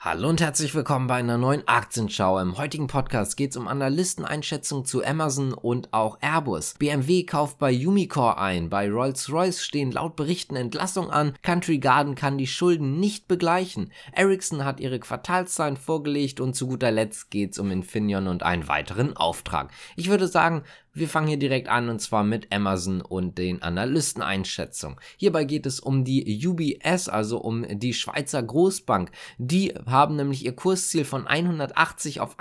Hallo und herzlich willkommen bei einer neuen Aktienschau. Im heutigen Podcast geht es um Analysteneinschätzungen zu Amazon und auch Airbus. BMW kauft bei Umicore ein, bei Rolls-Royce stehen laut Berichten Entlassungen an, Country Garden kann die Schulden nicht begleichen, Ericsson hat ihre Quartalszahlen vorgelegt und zu guter Letzt geht es um Infineon und einen weiteren Auftrag. Ich würde sagen, wir fangen hier direkt an und zwar mit Amazon und den Analysteneinschätzungen. Hierbei geht es um die UBS, also um die Schweizer Großbank. Die haben nämlich ihr Kursziel von 180 auf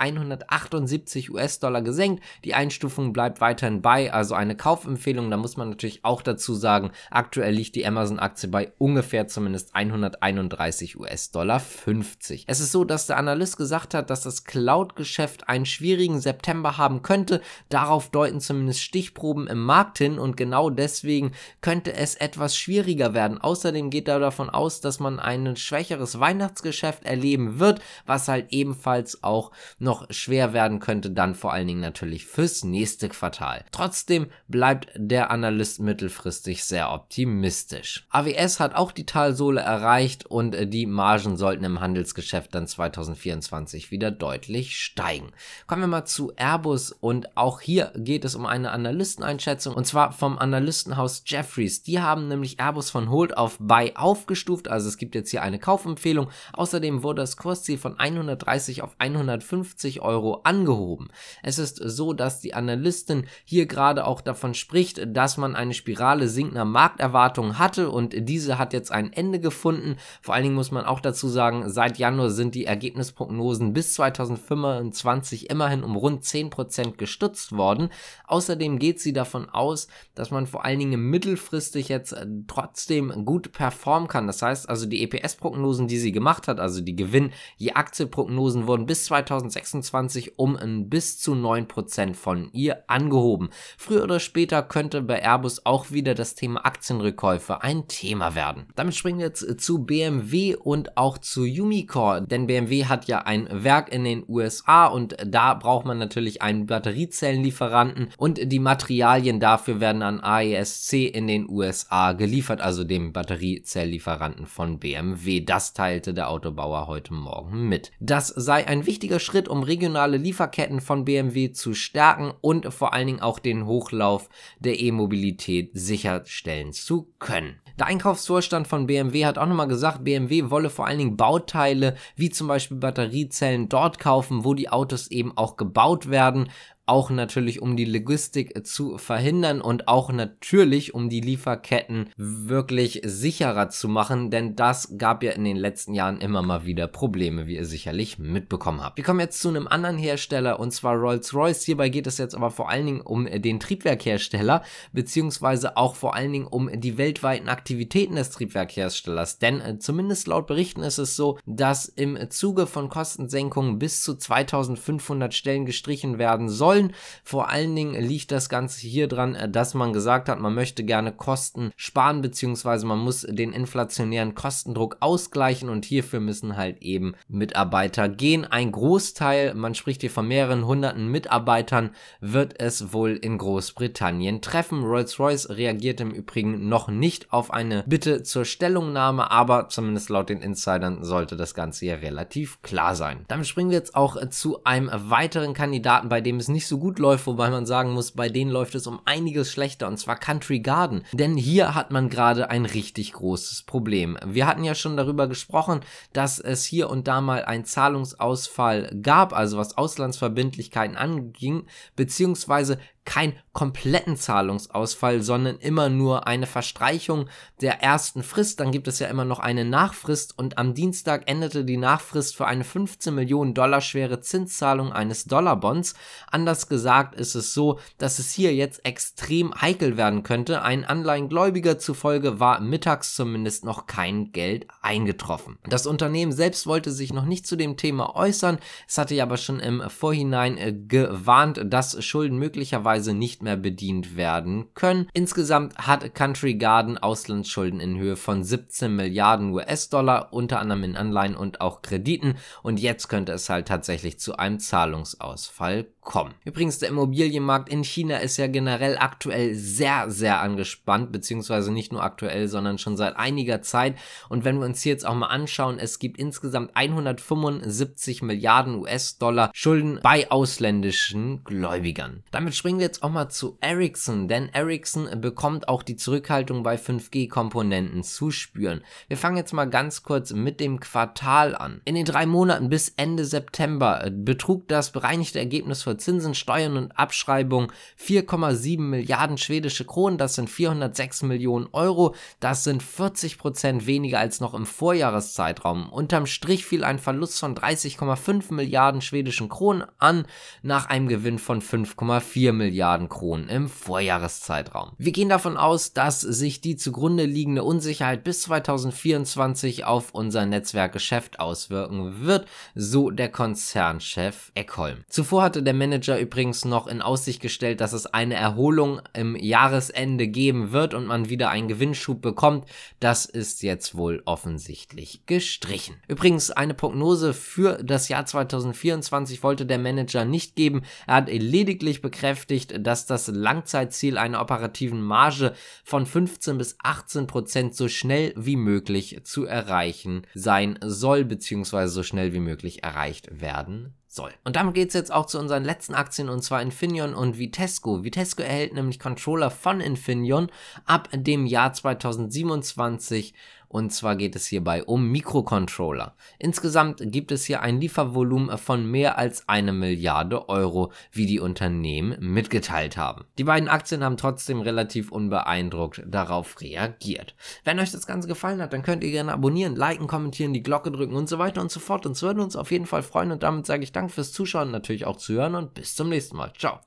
178 US-Dollar gesenkt. Die Einstufung bleibt weiterhin bei, also eine Kaufempfehlung. Da muss man natürlich auch dazu sagen, aktuell liegt die Amazon-Aktie bei ungefähr zumindest 131 US-Dollar 50. Es ist so, dass der Analyst gesagt hat, dass das Cloud-Geschäft einen schwierigen September haben könnte. Darauf deuten zumindest Stichproben im Markt hin und genau deswegen könnte es etwas schwieriger werden. Außerdem geht er davon aus, dass man ein schwächeres Weihnachtsgeschäft erleben wird, was halt ebenfalls auch noch schwer werden könnte, dann vor allen Dingen natürlich fürs nächste Quartal. Trotzdem bleibt der Analyst mittelfristig sehr optimistisch. AWS hat auch die Talsohle erreicht und die Margen sollten im Handelsgeschäft dann 2024 wieder deutlich steigen. Kommen wir mal zu Airbus und auch hier geht es um eine Analysteneinschätzung und zwar vom Analystenhaus Jefferies. Die haben nämlich Airbus von Hold auf Buy aufgestuft, also es gibt jetzt hier eine Kaufempfehlung. Außerdem wurde das Kursziel von 130 auf 150 Euro angehoben. Es ist so, dass die Analystin hier gerade auch davon spricht, dass man eine Spirale sinkender Markterwartungen hatte und diese hat jetzt ein Ende gefunden. Vor allen Dingen muss man auch dazu sagen, seit Januar sind die Ergebnisprognosen bis 2025 immerhin um rund 10% gestützt worden. Außerdem geht sie davon aus, dass man vor allen Dingen mittelfristig jetzt trotzdem gut performen kann. Das heißt also, die EPS-Prognosen, die sie gemacht hat, also die Gewinn-je-Aktie-Prognosen wurden bis 2026 um bis zu 9% von ihr angehoben. Früher oder später könnte bei Airbus auch wieder das Thema Aktienrückkäufe ein Thema werden. Damit springen wir jetzt zu BMW und auch zu Umicore, denn BMW hat ja ein Werk in den USA und da braucht man natürlich einen Batteriezellenlieferanten und die Materialien dafür werden an AESC in den USA geliefert, also dem Batteriezellieferanten von BMW. Das teilte der Autobauer heute Morgen mit. Das sei ein wichtiger Schritt, um regionale Lieferketten von BMW zu stärken und vor allen Dingen auch den Hochlauf der E-Mobilität sicherstellen zu können. Der Einkaufsvorstand von BMW hat auch nochmal gesagt, BMW wolle vor allen Dingen Bauteile wie zum Beispiel Batteriezellen dort kaufen, wo die Autos eben auch gebaut werden. Auch natürlich, um die Logistik zu verhindern und auch natürlich, um die Lieferketten wirklich sicherer zu machen, denn das gab ja in den letzten Jahren immer mal wieder Probleme, wie ihr sicherlich mitbekommen habt. Wir kommen jetzt zu einem anderen Hersteller und zwar Rolls-Royce. Hierbei geht es jetzt aber vor allen Dingen um den Triebwerkhersteller, beziehungsweise auch vor allen Dingen um die weltweiten Aktivitäten des Triebwerkherstellers, denn zumindest laut Berichten ist es so, dass im Zuge von Kostensenkungen bis zu 2500 Stellen gestrichen werden sollen. Vor allen Dingen liegt das Ganze hier dran, dass man gesagt hat, man möchte gerne Kosten sparen, beziehungsweise man muss den inflationären Kostendruck ausgleichen und hierfür müssen halt eben Mitarbeiter gehen. Ein Großteil, man spricht hier von mehreren hunderten Mitarbeitern, wird es wohl in Großbritannien treffen. Rolls-Royce reagiert im Übrigen noch nicht auf eine Bitte zur Stellungnahme, aber zumindest laut den Insidern sollte das Ganze hier relativ klar sein. Damit springen wir jetzt auch zu einem weiteren Kandidaten, bei dem es nicht so gut läuft, wobei man sagen muss, bei denen läuft es um einiges schlechter und zwar Country Garden, denn hier hat man gerade ein richtig großes Problem. Wir hatten ja schon darüber gesprochen, dass es hier und da mal einen Zahlungsausfall gab, also was Auslandsverbindlichkeiten anging, beziehungsweise kein kompletten Zahlungsausfall, sondern immer nur eine Verstreichung der ersten Frist. Dann gibt es ja immer noch eine Nachfrist und am Dienstag endete die Nachfrist für eine 15 Millionen Dollar schwere Zinszahlung eines Dollarbonds. Anders gesagt ist es so, dass es hier jetzt extrem heikel werden könnte. Ein Anleihengläubiger zufolge war mittags zumindest noch kein Geld eingetroffen. Das Unternehmen selbst wollte sich noch nicht zu dem Thema äußern. Es hatte ja aber schon im Vorhinein gewarnt, dass Schulden möglicherweise teilweise nicht mehr bedient werden können. Insgesamt hat Country Garden Auslandsschulden in Höhe von 17 Milliarden US-Dollar, unter anderem in Anleihen und auch Krediten, und jetzt könnte es halt tatsächlich zu einem Zahlungsausfall kommen. Übrigens, der Immobilienmarkt in China ist ja generell aktuell sehr, sehr angespannt, beziehungsweise nicht nur aktuell, sondern schon seit einiger Zeit. Und wenn wir uns hier jetzt auch mal anschauen, es gibt insgesamt 175 Milliarden US-Dollar Schulden bei ausländischen Gläubigern. Damit springen wir jetzt auch mal zu Ericsson, denn Ericsson bekommt auch die Zurückhaltung bei 5G-Komponenten zu spüren. Wir fangen jetzt mal ganz kurz mit dem Quartal an. In den 3 Monaten bis Ende September betrug das bereinigte Ergebnis für Zinsen, Steuern und Abschreibungen 4,7 Milliarden schwedische Kronen, das sind 406 Millionen Euro, das sind 40% weniger als noch im Vorjahreszeitraum. Unterm Strich fiel ein Verlust von 30,5 Milliarden schwedischen Kronen an, nach einem Gewinn von 5,4 Milliarden Kronen im Vorjahreszeitraum. Wir gehen davon aus, dass sich die zugrunde liegende Unsicherheit bis 2024 auf unser Netzwerkgeschäft auswirken wird, so der Konzernchef Ekholm. Zuvor hatte der Manager übrigens noch in Aussicht gestellt, dass es eine Erholung im Jahresende geben wird und man wieder einen Gewinnschub bekommt. Das ist jetzt wohl offensichtlich gestrichen. Übrigens, eine Prognose für das Jahr 2024 wollte der Manager nicht geben. Er hat lediglich bekräftigt, dass das Langzeitziel einer operativen Marge von 15 bis 18% so schnell wie möglich zu erreichen sein soll, beziehungsweise so schnell wie möglich erreicht werden soll. Und damit geht es jetzt auch zu unseren letzten Aktien, und zwar Infineon und Vitesco. Vitesco erhält nämlich Controller von Infineon ab dem Jahr 2027. Und zwar geht es hierbei um Mikrocontroller. Insgesamt gibt es hier ein Liefervolumen von mehr als 1 Milliarde Euro, wie die Unternehmen mitgeteilt haben. Die beiden Aktien haben trotzdem relativ unbeeindruckt darauf reagiert. Wenn euch das Ganze gefallen hat, dann könnt ihr gerne abonnieren, liken, kommentieren, die Glocke drücken und so weiter und so fort. Uns würden uns auf jeden Fall freuen, und damit sage ich Danke fürs Zuschauen, natürlich auch zu hören, und bis zum nächsten Mal. Ciao.